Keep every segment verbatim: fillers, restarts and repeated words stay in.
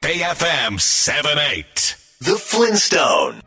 エーエフエム セブンティーエイト The Flintstone。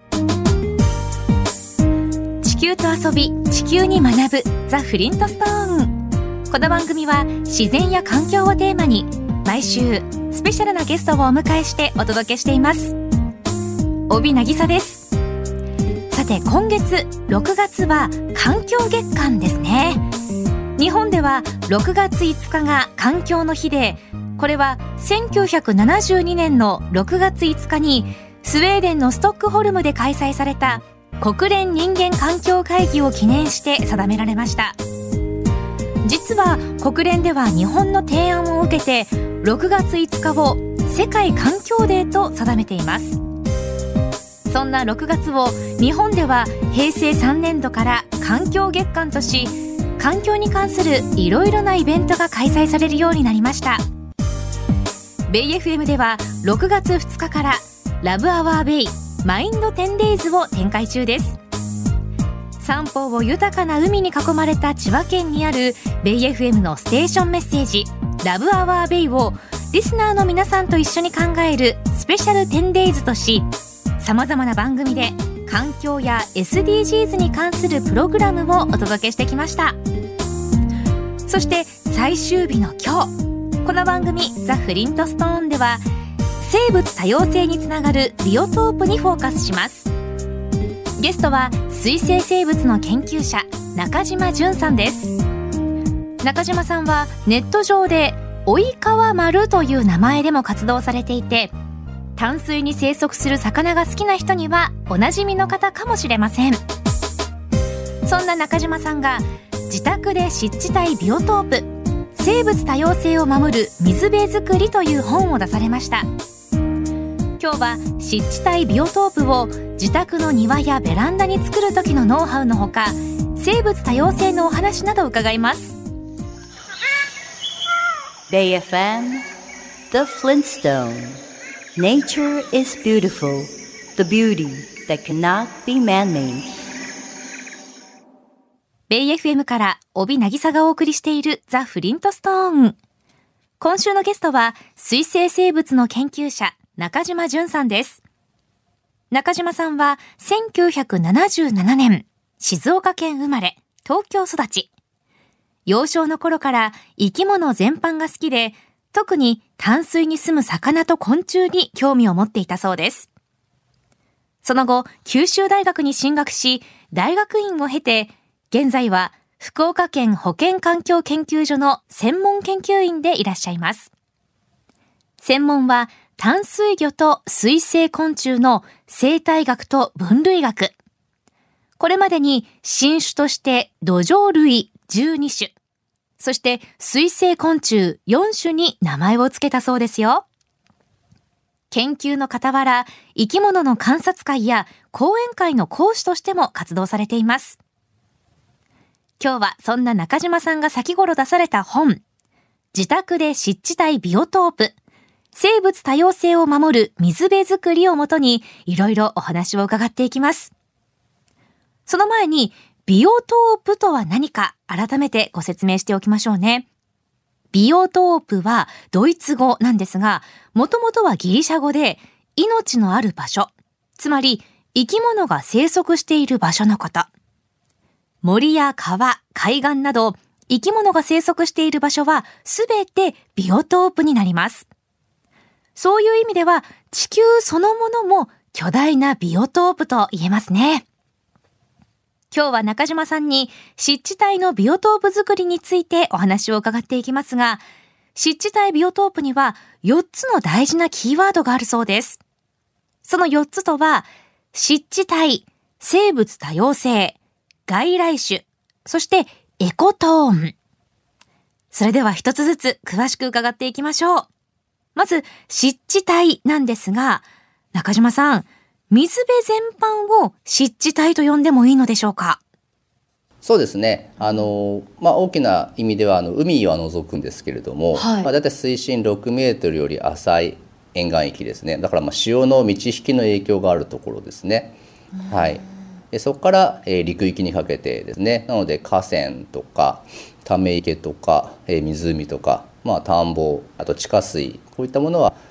地球と遊び、地球に学ぶザ・フリントストーン。この番組は自然や環境をテーマに毎週スペシャルなゲストをお迎えしてお届けしています。帯渚です。さて、今月ろくがつは環境月間ですね。日本ではろくがついつかが環境の日で、これはせんきゅうひゃくななじゅうにねんのろくがついつかにスウェーデンのストックホルムで開催された国連人間環境会議を記念して定められました。実は国連では日本の提案を受けてろくがついつかを世界環境デーと定めています。そんなろくがつを日本ではへいせいさんねんどから環境月間とし、環境に関するいろいろなイベントが開催されるようになりました。ベイ エフエム ではろくがつふつかからラブアワーベイマインドテンデイズを展開中です。三方を豊かな海に囲まれた千葉県にあるベイ エフエム のステーションメッセージラブアワーベイをリスナーの皆さんと一緒に考えるスペシャルテンデイズとし、様々な番組で環境や エスディージーズ に関するプログラムをお届けしてきました。そして最終日の今日、この番組ザ・フリントストーンでは生物多様性につながるビオトープにフォーカスします。ゲストは水生生物の研究者中島淳さんです。中島さんはネット上で及川丸という名前でも活動されていて、淡水に生息する魚が好きな人にはおなじみの方かもしれません。そんな中島さんが自宅で湿地帯ビオトープ生物多様性を守る水辺づくりという本を出されました。今日は湿地帯ビオトープを自宅の庭やベランダに作る時のノウハウのほか、生物多様性のお話など伺います。 ベイエフエム The Flintstone Nature is beautiful, the beauty that cannot be man-made。 ベイエフエム から帯渚がお送りしているザ・フリントストーン。今週のゲストは水生生物の研究者中島淳さんです。中島さんはせんきゅうひゃくななじゅうななねん静岡県生まれ、東京育ち。幼少の頃から生き物全般が好きで、特に淡水に住む魚と昆虫に興味を持っていたそうです。その後、九州大学に進学し、大学院を経て、現在は福岡県保健環境研究所の専門研究員でいらっしゃいます。専門は淡水魚と水生昆虫の生態学と分類学。これまでに新種として土壌類じゅうにしゅ、そして水生昆虫よんしゅに名前を付けたそうですよ。研究の傍ら、生き物の観察会や講演会の講師としても活動されています。今日はそんな中島さんが先頃出された本、自宅で湿地帯ビオトープ、生物多様性を守る水辺づくりをもとにいろいろお話を伺っていきます。その前に、ビオトープとは何か改めてご説明しておきましょうね。ビオトープはドイツ語なんですが、もともとはギリシャ語で命のある場所、つまり生き物が生息している場所のこと。森や川、海岸など生き物が生息している場所はすべてビオトープになります。そういう意味では地球そのものも巨大なビオトープと言えますね。今日は中島さんに湿地帯のビオトープ作りについてお話を伺っていきますが、湿地帯ビオトープにはよっつの大事なキーワードがあるそうです。そのよっつとは、湿地帯、生物多様性、外来種、そしてエコトーン。それでは一つずつ詳しく伺っていきましょう。まず、湿地帯なんですが、中島さん、水辺全般を湿地帯と呼んでもいいのでしょうか？ そうですね。あの、まあ、大きな意味ではあの海は除くんですけれども、はい、まあ、だいたい水深ろくメートルより浅い沿岸域ですね。だからまあ潮の満ち引きの影響があるところですね。はい。でそこから、えー、陸域にかけてですね。なので河川とかため池とか、えー、湖とか、まあ、田んぼ、あと地下水、こういったものは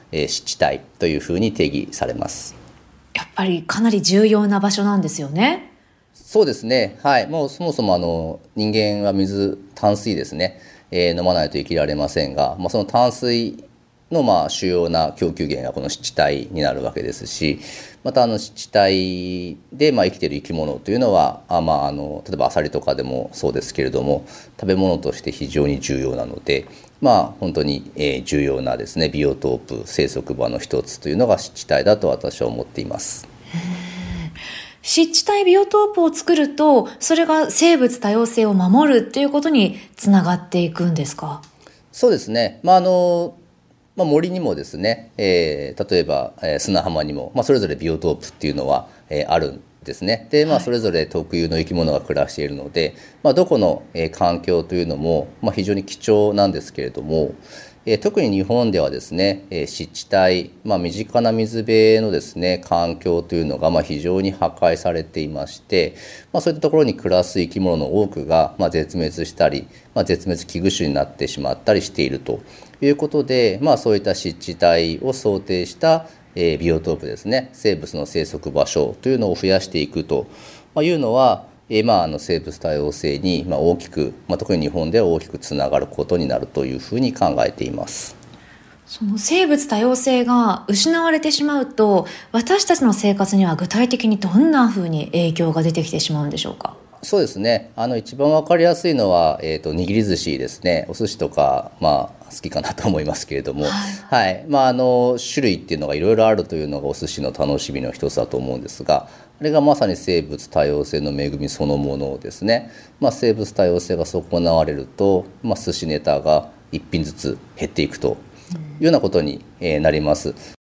えー、湿地帯というふうに定義されます。 やっぱりかなり重要な場所なんですよね。 そうですね、はい、もうそもそもあの人間は水、淡水ですね、えー、飲まないと生きられませんが、まあ、その淡水のまあ主要な供給源がこの湿地帯になるわけですし、またあの湿地帯でまあ生きている生き物というのはあ、まあ、あの例えばアサリとかでもそうですけれども、食べ物として非常に重要なので、まあ、本当に重要なですねビオトープ、生息場の一つというのが湿地帯だと私は思っています。 湿地帯ビオトープを作ると、それが生物多様性を守るということにつながっていくんですか？ そうですね、まああのまあ、森にもですね、えー、例えば、えー、砂浜にも、まあ、それぞれビオトープっていうのは、えー、あるんですね。で、まあ、それぞれ特有の生き物が暮らしているので、まあ、どこの、えー、環境というのも、まあ、非常に貴重なんですけれども、えー、特に日本ではですね、えー、湿地帯、まあ、身近な水辺のですね環境というのが、まあ、非常に破壊されていまして、まあ、そういったところに暮らす生き物の多くが、まあ、絶滅したり、まあ、絶滅危惧種になってしまったりしているということで、まあ、そういった湿地帯を想定した、えー、ビオトープですね、生物の生息場所というのを増やしていくというのは、えーまあ、あの生物多様性にまあ大きく、まあ、特に日本では大きくつながることになるというふうに考えています。 その生物多様性が失われてしまうと、私たちの生活には具体的にどんなふうに影響が出てきてしまうんでしょうか？ そうですね、あの一番わかりやすいのは、えーと、握り寿司ですね。お寿司とか、まあ、好きかなと思いますけれども、はいはい、まあ、あの種類っていうのがいろいろあるというのがお寿司の楽しみの一つだと思うんですが、あれがまさに生物多様性の恵みそのものですね。まあ、生物多様性が損なわれると、まあ、寿司ネタが一品ずつ減っていくというようなことになります。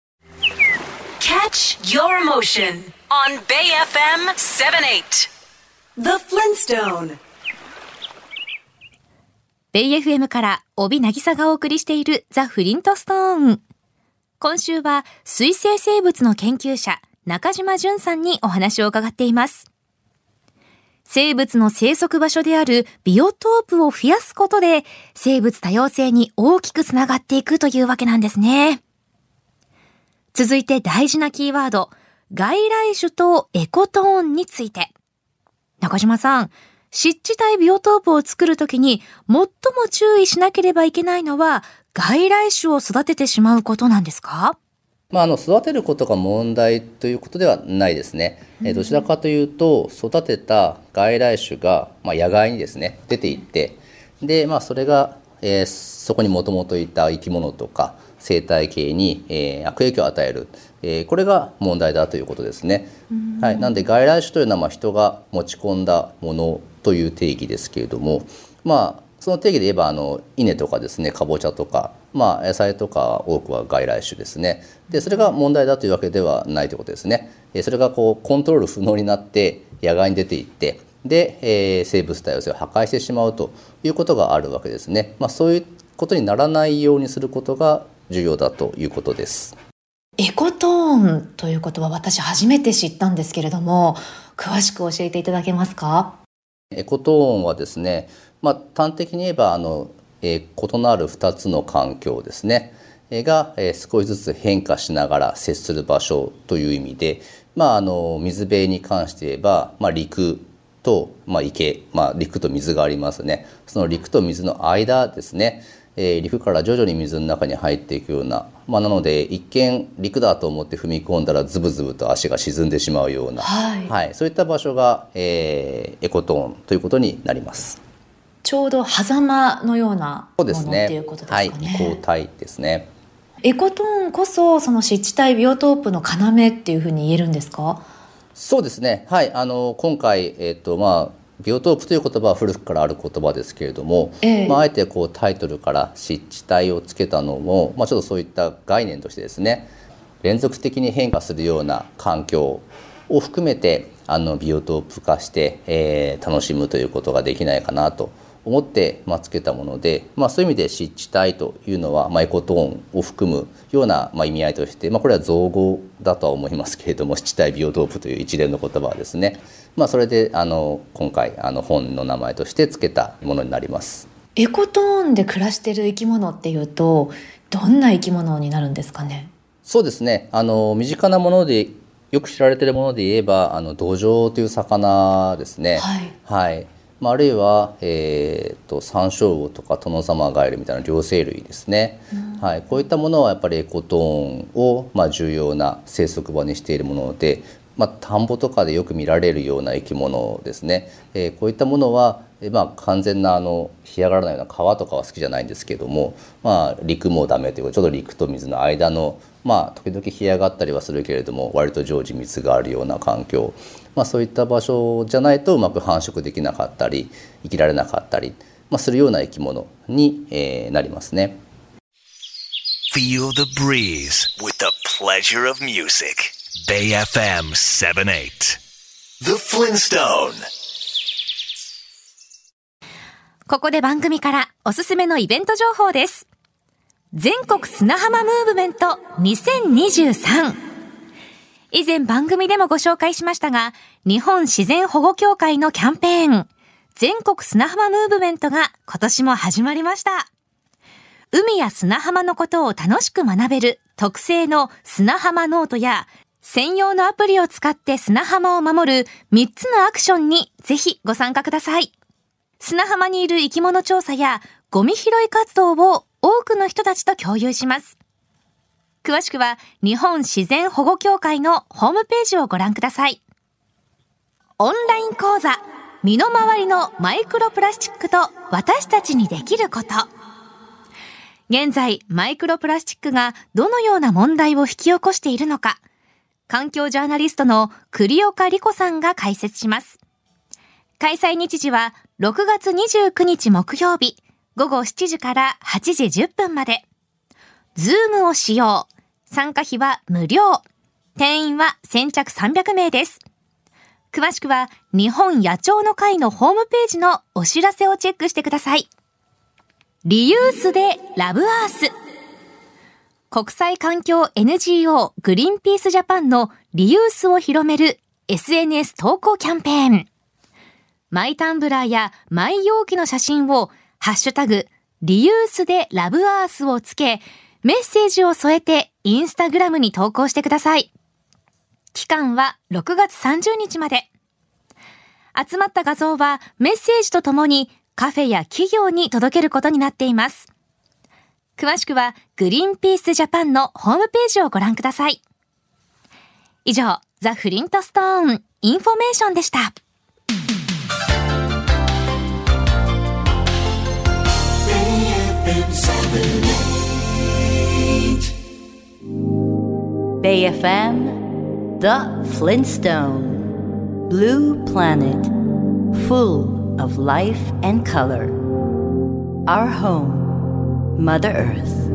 Catch your motion on Bay エフエム セブンティーエイトThe Flintstone。 ベイ エフエム から帯渚がお送りしているザ・フリントストーン。今週は水生生物の研究者中島淳さんにお話を伺っています。生物の生息場所であるビオトープを増やすことで生物多様性に大きくつながっていくというわけなんですね。続いて大事なキーワード、外来種とエコトーンについて。中島さん、湿地帯ビオトープを作るときに最も注意しなければいけないのは外来種を育ててしまうことなんですか？ まあ、あの育てることが問題ということではないですね。えー、どちらかというと育てた外来種が、まあ、野外にですね出ていって、で、まあ、それが、えー、そこにもともといた生き物とか生態系に、えー、悪影響を与える、えー、これが問題だということですね。はい、なので外来種というのはまあ人が持ち込んだものという定義ですけれども、まあ、その定義で言えばあの稲とかですね、かぼちゃとか、まあ、野菜とか多くは外来種ですね。でそれが問題だというわけではないということですね。それがこうコントロール不能になって野外に出ていってで、えー、生物多様性を破壊してしまうということがあるわけですね。まあ、そういうことにならないようにすることが重要だということです。 エコトーンという言葉、私初めて知ったんですけれども、詳しく教えていただけますか？ エコトーンはですね、まあ、端的に言えばあの、えー、異なるふたつの環境ですね、えー、が、えー、少しずつ変化しながら接する場所という意味で、まあ、あの水辺に関して言えば、まあ、陸と、まあ、池、まあ、陸と水がありますね。その陸と水の間ですね、えー、陸から徐々に水の中に入っていくような、まあ、なので一見陸だと思って踏み込んだらズブズブと足が沈んでしまうような、はいはい、そういった場所が、えー、エコトーンということになります。 ちょうど狭間のようなものっていうことですかね。 はい、移行帯ですね。 エコトーンこそその湿地帯ビオトープの要っていうふうに言えるんですか？ そうですね、はい、あの今回、えーとまあ、ビオトープという言葉は古くからある言葉ですけれども、えーまあ、あえてこうタイトルから湿地帯をつけたのも、まあ、ちょっとそういった概念としてですね、連続的に変化するような環境を含めてあのビオトープ化して、えー、楽しむということができないかなと思って、まあ、つけたもので、まあ、そういう意味で湿地帯というのは、まあ、エコトーンを含むような、まあ、意味合いとして、まあ、これは造語だとは思いますけれども、湿地帯ビオトープという一連の言葉はですね、まあ、それであの今回あの本の名前としてつけたものになります。 エコトーンで暮らしている生き物っていうとどんな生き物になるんですかね。 そうですね、あの身近なものでよく知られているもので言えばあのドジョウという魚ですね。はい、はい、まあ、あるいは、えー、とサンショウウオとかトノサマガエルみたいな両生類ですね。はい、こういったものはやっぱりエコトーンを、まあ、重要な生息場にしているもので、まあ、田んぼとかでよく見られるような生き物ですね。えー、こういったものは、えーまあ、完全なあの干上がらないような川とかは好きじゃないんですけども、まあ、陸もダメというかちょうど陸と水の間の、まあ、時々干上がったりはするけれども割と常時水があるような環境、まあ、そういった場所じゃないとうまく繁殖できなかったり生きられなかったり、まあ、するような生き物に、えー、なりますね。 Feel the breeze with the pleasure of music. Bay エフエム セブンティーエイト The Flintstone。 ここで番組からおすすめのイベント情報です。全国砂浜ムーブメントにせんにじゅうさん。以前番組でもご紹介しましたが、日本自然保護協会のキャンペーン、全国砂浜ムーブメントが今年も始まりました。海や砂浜のことを楽しく学べる特製の砂浜ノートや、専用のアプリを使って砂浜を守るみっつのアクションにぜひご参加ください。砂浜にいる生き物調査やゴミ拾い活動を多くの人たちと共有します。詳しくは日本自然保護協会のホームページをご覧ください。オンライン講座、身の回りのマイクロプラスチックと私たちにできること。現在、マイクロプラスチックがどのような問題を引き起こしているのか、環境ジャーナリストの栗岡理子さんが解説します。開催日時はろくがつにじゅうくにち木曜日ごごしちじからはちじじゅっぷんまで。ズームを使用。参加費は無料。定員は先着さんびゃくめいです。詳しくは日本野鳥の会のホームページのお知らせをチェックしてください。リユースでラブアース。国際環境 エヌジーオー グリーンピースジャパンのリユースを広める エスエヌエス 投稿キャンペーン。マイタンブラーやマイ容器の写真をハッシュタグリユースでラブアースをつけ、メッセージを添えてインスタグラムに投稿してください。期間はろくがつさんじゅうにちまで。集まった画像はメッセージとともにカフェや企業に届けることになっています。詳しくはグリーンピースジャパンのホームページをご覧ください。以上、ザ・フリントストーンインフォメーションでした。 Bay エフエム The Flintstone Blue Planet Full of Life and Color Our Home Mother Earth。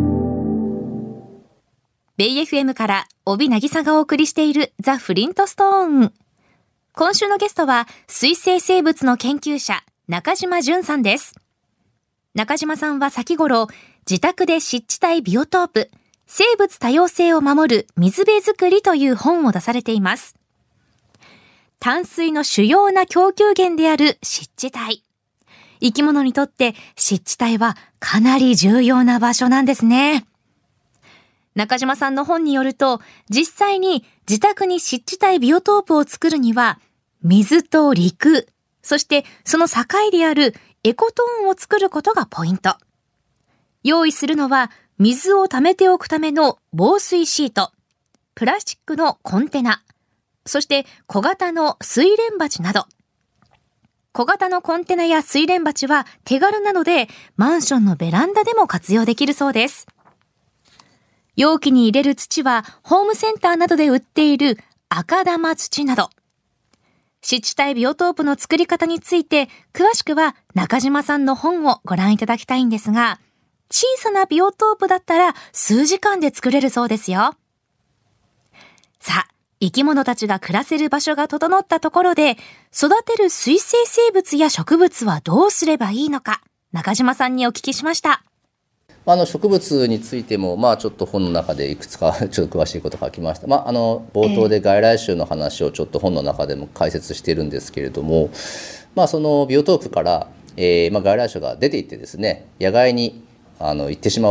ベイエフエム から帯渚がお送りしているザ・フリントストーン。今週のゲストは水生生物の研究者中島淳さんです。中島さんは先頃自宅で湿地帯ビオトープ生物多様性を守る水辺づくりという本を出されています。淡水の主要な供給源である湿地帯。生き物にとって湿地帯はかなり重要な場所なんですね。中島さんの本によると、実際に自宅に湿地帯ビオトープを作るには、水と陸、そしてその境であるエコトーンを作ることがポイント。用意するのは水を溜めておくための防水シート、プラスチックのコンテナ、そして小型の水蓮鉢など。小型のコンテナや水蓮鉢は手軽なので、マンションのベランダでも活用できるそうです。容器に入れる土はホームセンターなどで売っている赤玉土など。湿地帯ビオトープの作り方について詳しくは中島さんの本をご覧いただきたいんですが、小さなビオトープだったら数時間で作れるそうですよ。さあ、生き物たちが暮らせる場所が整ったところで、育てる水生生物や植物はどうすればいいのか、中島さんにお聞きしました。 あの植物についても、まあ、ちょっと本の中でいくつかちょっと詳しいこと書きました。まあ、あの冒頭で外来種の話をちょっと本の中でも解説しているんですけれども、まあ、そのビオトープから、えーまあ、外来種が出ていってですね、野外にあの行ってしまうと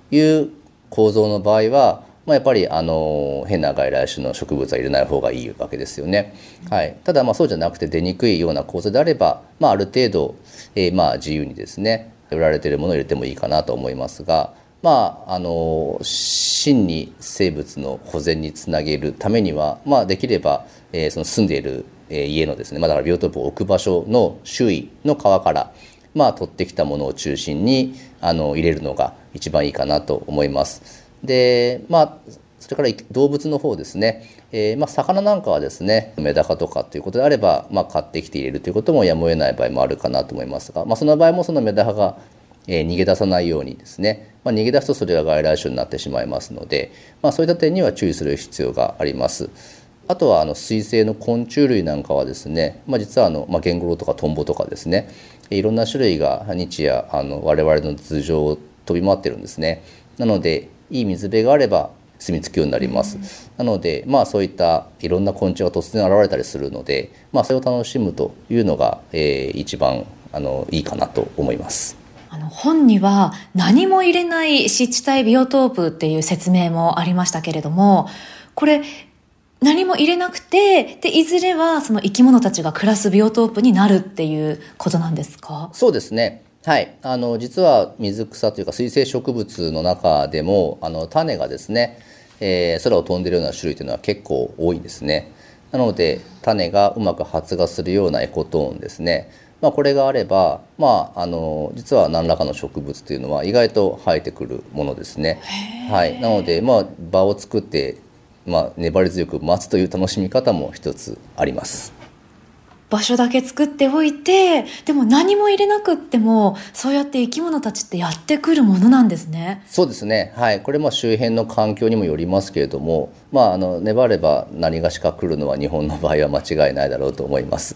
いう構造の場合は、まあ、やっぱりあの変な外来種の植物は入れない方がいいわけですよね。はい、ただまあそうじゃなくて出にくいような構造であれば、まあ、ある程度、えー、まあ自由にですね売られているものを入れてもいいかなと思いますが、まあ、あの真に生物の保全につなげるためには、まあ、できれば、えー、その住んでいる、えー、家のですね、まあ、だからビオトープを置く場所の周囲の川から、まあ、取ってきたものを中心にあの入れるのが一番いいかなと思います。で、まあ、それから動物の方ですね、えーまあ、魚なんかはですねメダカとかということであれば、まあ、買ってきて入れるということもやむを得ない場合もあるかなと思いますが、まあ、その場合もそのメダカがえー、逃げ出さないようにですね、まあ、逃げ出すとそれが外来種になってしまいますので、まあ、そういった点には注意する必要があります。あとはあの水生の昆虫類なんかはですね、まあ、実はあの、まあ、ゲンゴロウとかトンボとかですね、いろんな種類が日夜あの我々の頭上を飛び回ってるんですね。なのでいい水辺があれば住み着くようになります。なので、まあ、そういったいろんな昆虫が突然現れたりするので、まあ、それを楽しむというのが、えー、一番あのいいかなと思います。 あの本には何も入れない湿地帯ビオトープっていう説明もありましたけれども、これ何も入れなくて、でいずれはその生き物たちが暮らすビオトープになるっていうことなんですか？ そうですね。はい、あの実は水草というか水生植物の中でもあの種がですね、えー、空を飛んでいるような種類というのは結構多いですね。なので種がうまく発芽するようなエコトーンですね、まあ、これがあれば、まあ、あの実は何らかの植物というのは意外と生えてくるものですね。はい、なので、まあ、場を作って、まあ、粘り強く待つという楽しみ方も一つあります。 場所だけ作っておいて、でも何も入れなくってもそうやって生き物たちってやってくるものなんですね。 そうですね、はい、これも周辺の環境にもよりますけれども、まあ、あの粘れば何がしか来るのは日本の場合は間違いないだろうと思います。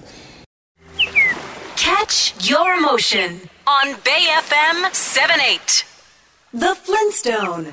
Catch your emotion on Bay エフエム セブンエイト The Flintstone。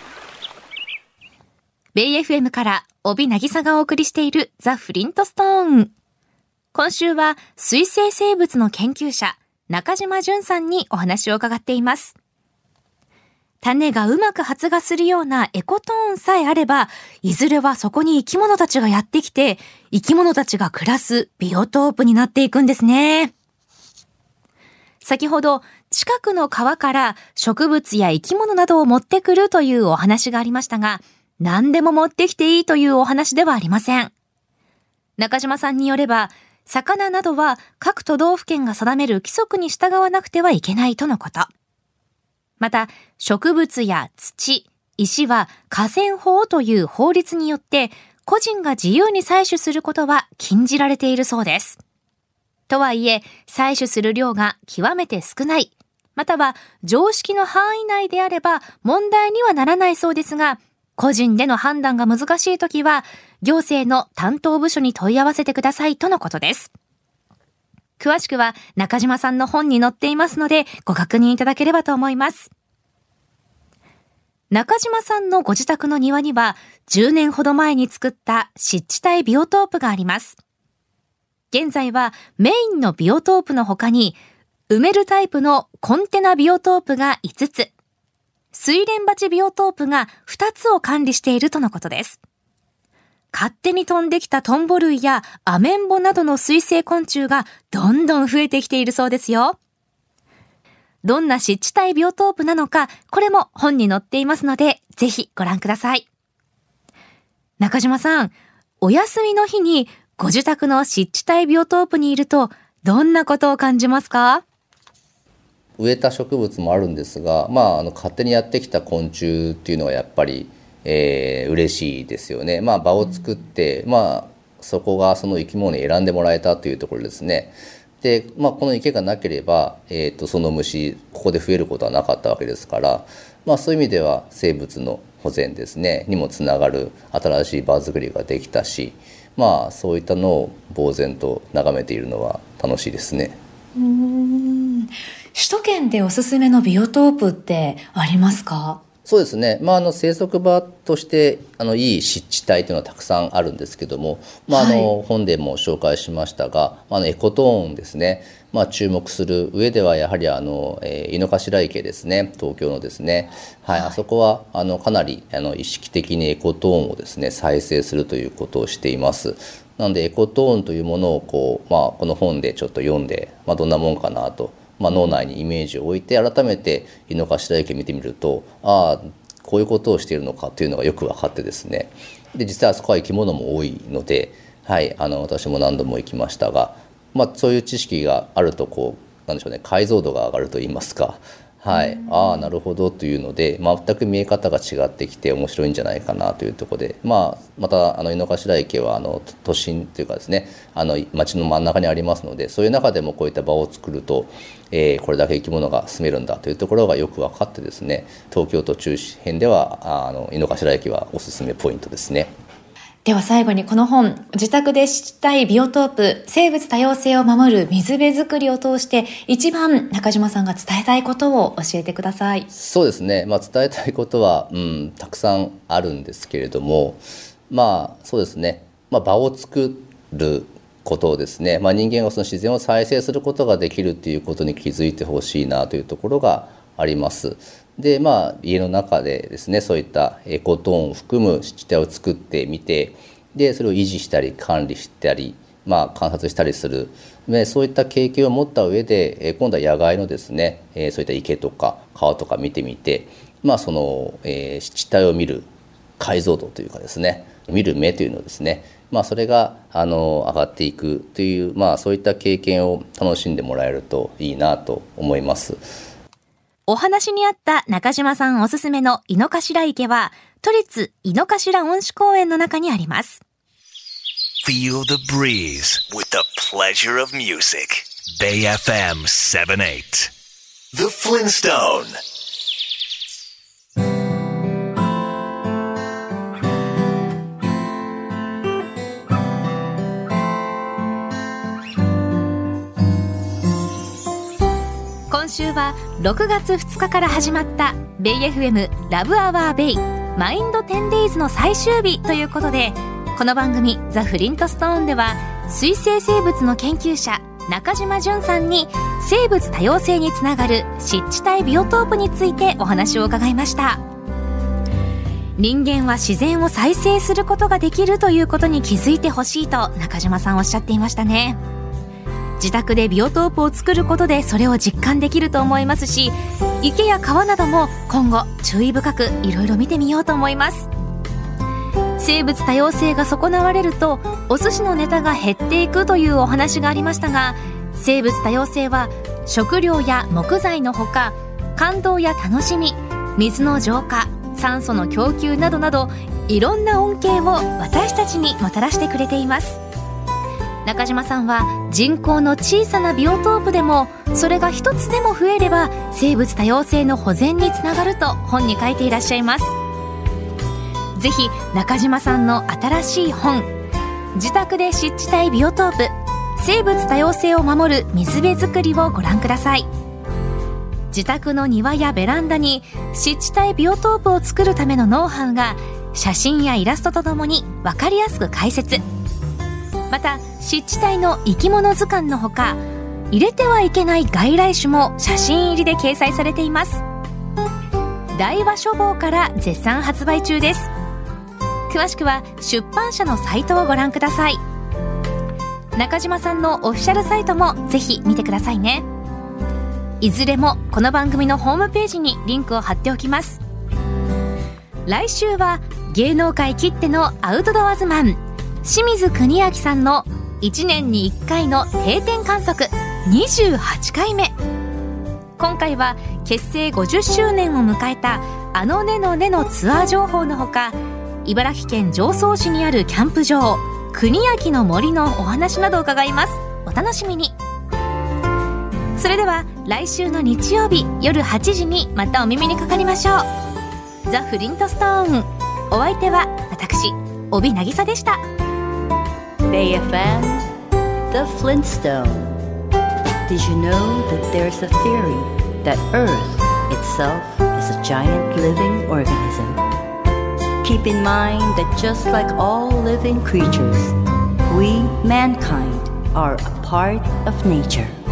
ベイ エフエム から帯渚がお送りしているザ・フリントストーン。今週は水生生物の研究者中島淳さんにお話を伺っています。種がうまく発芽するようなエコトーンさえあれば、いずれはそこに生き物たちがやってきて、生き物たちが暮らすビオトープになっていくんですね。先ほど近くの川から植物や生き物などを持ってくるというお話がありましたが、何でも持ってきていいというお話ではありません。中島さんによれば、魚などは各都道府県が定める規則に従わなくてはいけないとのこと。また、植物や土、石は河川法という法律によって個人が自由に採取することは禁じられているそうです。とはいえ、採取する量が極めて少ない、または常識の範囲内であれば問題にはならないそうですが、個人での判断が難しいときは、行政の担当部署に問い合わせてくださいとのことです。詳しくは中島さんの本に載っていますので、ご確認いただければと思います。中島さんのご自宅の庭には、じゅうねんほど前に作った湿地帯ビオトープがあります。現在はメインのビオトープの他に、埋めるタイプのコンテナビオトープがいつつ、水蓮鉢ビオトープがふたつを管理しているとのことです。勝手に飛んできたトンボ類やアメンボなどの水生昆虫がどんどん増えてきているそうですよ。どんな湿地帯ビオトープなのか、これも本に載っていますので、ぜひご覧ください。中島さん、お休みの日にご自宅の湿地帯ビオトープにいると、どんなことを感じますか？ 植えた植物もあるんですが、まあ、あの勝手にやってきた昆虫っていうのはやっぱり、えー、嬉しいですよね。まあ、場を作って、うん、まあ、そこがその生き物に選んでもらえたというところですね。で、まあ、この池がなければ、えーと、その虫ここで増えることはなかったわけですから、まあ、そういう意味では生物の保全ですねにもつながる新しい場作りができたし、まあ、そういったのを呆然と眺めているのは楽しいですね。 うーん、首都圏でおすすめのビオトープってありますか？ そうですね、まあ、あの生息場としてあのいい湿地帯というのはたくさんあるんですけども、まああのはい、本でも紹介しましたが、あのエコトーンですね、まあ、注目する上ではやはりあの、えー、井の頭池ですね、東京のですね、はいはい、あそこはあのかなりあの意識的にエコトーンをですね再生するということをしています。なのでエコトーンというものをこう、まあ、この本でちょっと読んで、まあ、どんなもんかなと、まあ、脳内にイメージを置いて改めて井の頭池見てみると、ああこういうことをしているのかというのがよく分かってですね、で実際あそこは生き物も多いので、はい、あの私も何度も行きましたが、まあ、そういう知識があるとこうなんでしょうね、解像度が上がるといいますか、はい、ああなるほどというので、まあ、全く見え方が違ってきて面白いんじゃないかなというところで、まあ、またあの井の頭池はあの都心というかですね、あの街の真ん中にありますので、そういう中でもこういった場を作ると、えー、これだけ生き物が住めるんだというところがよく分かってですね、東京都中辺ではあの井の頭池はおすすめポイントですね。 では最後にこの本、自宅で知りたいビオトープ、生物多様性を守る水辺作りを通して一番中島さんが伝えたいことを教えてください。 そうですね、まあ、伝えたいことは、うん、たくさんあるんですけれども、まあそうですね、まあ、場を作ることをですね、まあ、人間はその自然を再生することができるということに気づいてほしいなというところがあります。でまあ、家の中でですね、そういったエコトーンを含む湿地帯を作ってみて、でそれを維持したり管理したり、まあ、観察したりする、でそういった経験を持った上で今度は野外のですね、そういった池とか川とか見てみて、まあ、その、えー、湿地帯を見る解像度というかですね、見る目というのをですね、まあ、それがあの上がっていくという、まあ、そういった経験を楽しんでもらえるといいなと思います。 お話にあった中島さんおすすめの井の頭池は都立井の頭恩賜公園の中にあります。 Feel the breeze with the pleasure of music. Bay エフエム セブンティーエイト The Flintstone。 今週はろくがつふつかから始まったベイ エフエム ラブアワーベイマインド テンデイズの最終日ということで、この番組ザ・フリントストーンでは水生生物の研究者中島純さんに生物多様性につながる湿地帯ビオトープについてお話を伺いました。人間は自然を再生することができるということに気づいてほしいと中島さんおっしゃっていましたね。自宅でビオトープを作ることでそれを実感できると思いますし、池や川なども今後注意深くいろいろ見てみようと思います。生物多様性が損なわれるとお寿司のネタが減っていくというお話がありましたが、生物多様性は食料や木材のほか、感動や楽しみ、水の浄化、酸素の供給などなどいろんな恩恵を私たちにもたらしてくれています。中島さんは人口の小さなビオトープでもそれが一つでも増えれば生物多様性の保全につながると本に書いていらっしゃいます。ぜひ中島さんの新しい本、自宅で湿地帯ビオトープ生物多様性を守る水辺作りをご覧ください。自宅の庭やベランダに湿地帯ビオトープを作るためのノウハウが写真やイラストとともに分かりやすく解説。また湿地帯の生き物図鑑のほか、入れてはいけない外来種も写真入りで掲載されています。大和書房から絶賛発売中です。詳しくは出版社のサイトをご覧ください。中島さんのオフィシャルサイトもぜひ見てくださいね。いずれもこの番組のホームページにリンクを貼っておきます。来週は芸能界きってのアウトドアズマン清水国明さんのいちねんにいっかいの定点観測にじゅうはちかいめ。今回は結成ごじゅっしゅうねんを迎えたあのねのねのツアー情報のほか、茨城県常総市にあるキャンプ場国明の森のお話などを伺います。お楽しみに。それでは来週の日曜日夜はちじにまたお耳にかかりましょう。ザ・フリントストーン、お相手は私帯渚でした。 Bay エフエム The Flintstone. Did you know that there's a theory that Earth itself is is a giant living organism. Keep in mind that just like all living creatures, we, mankind, are a part of nature.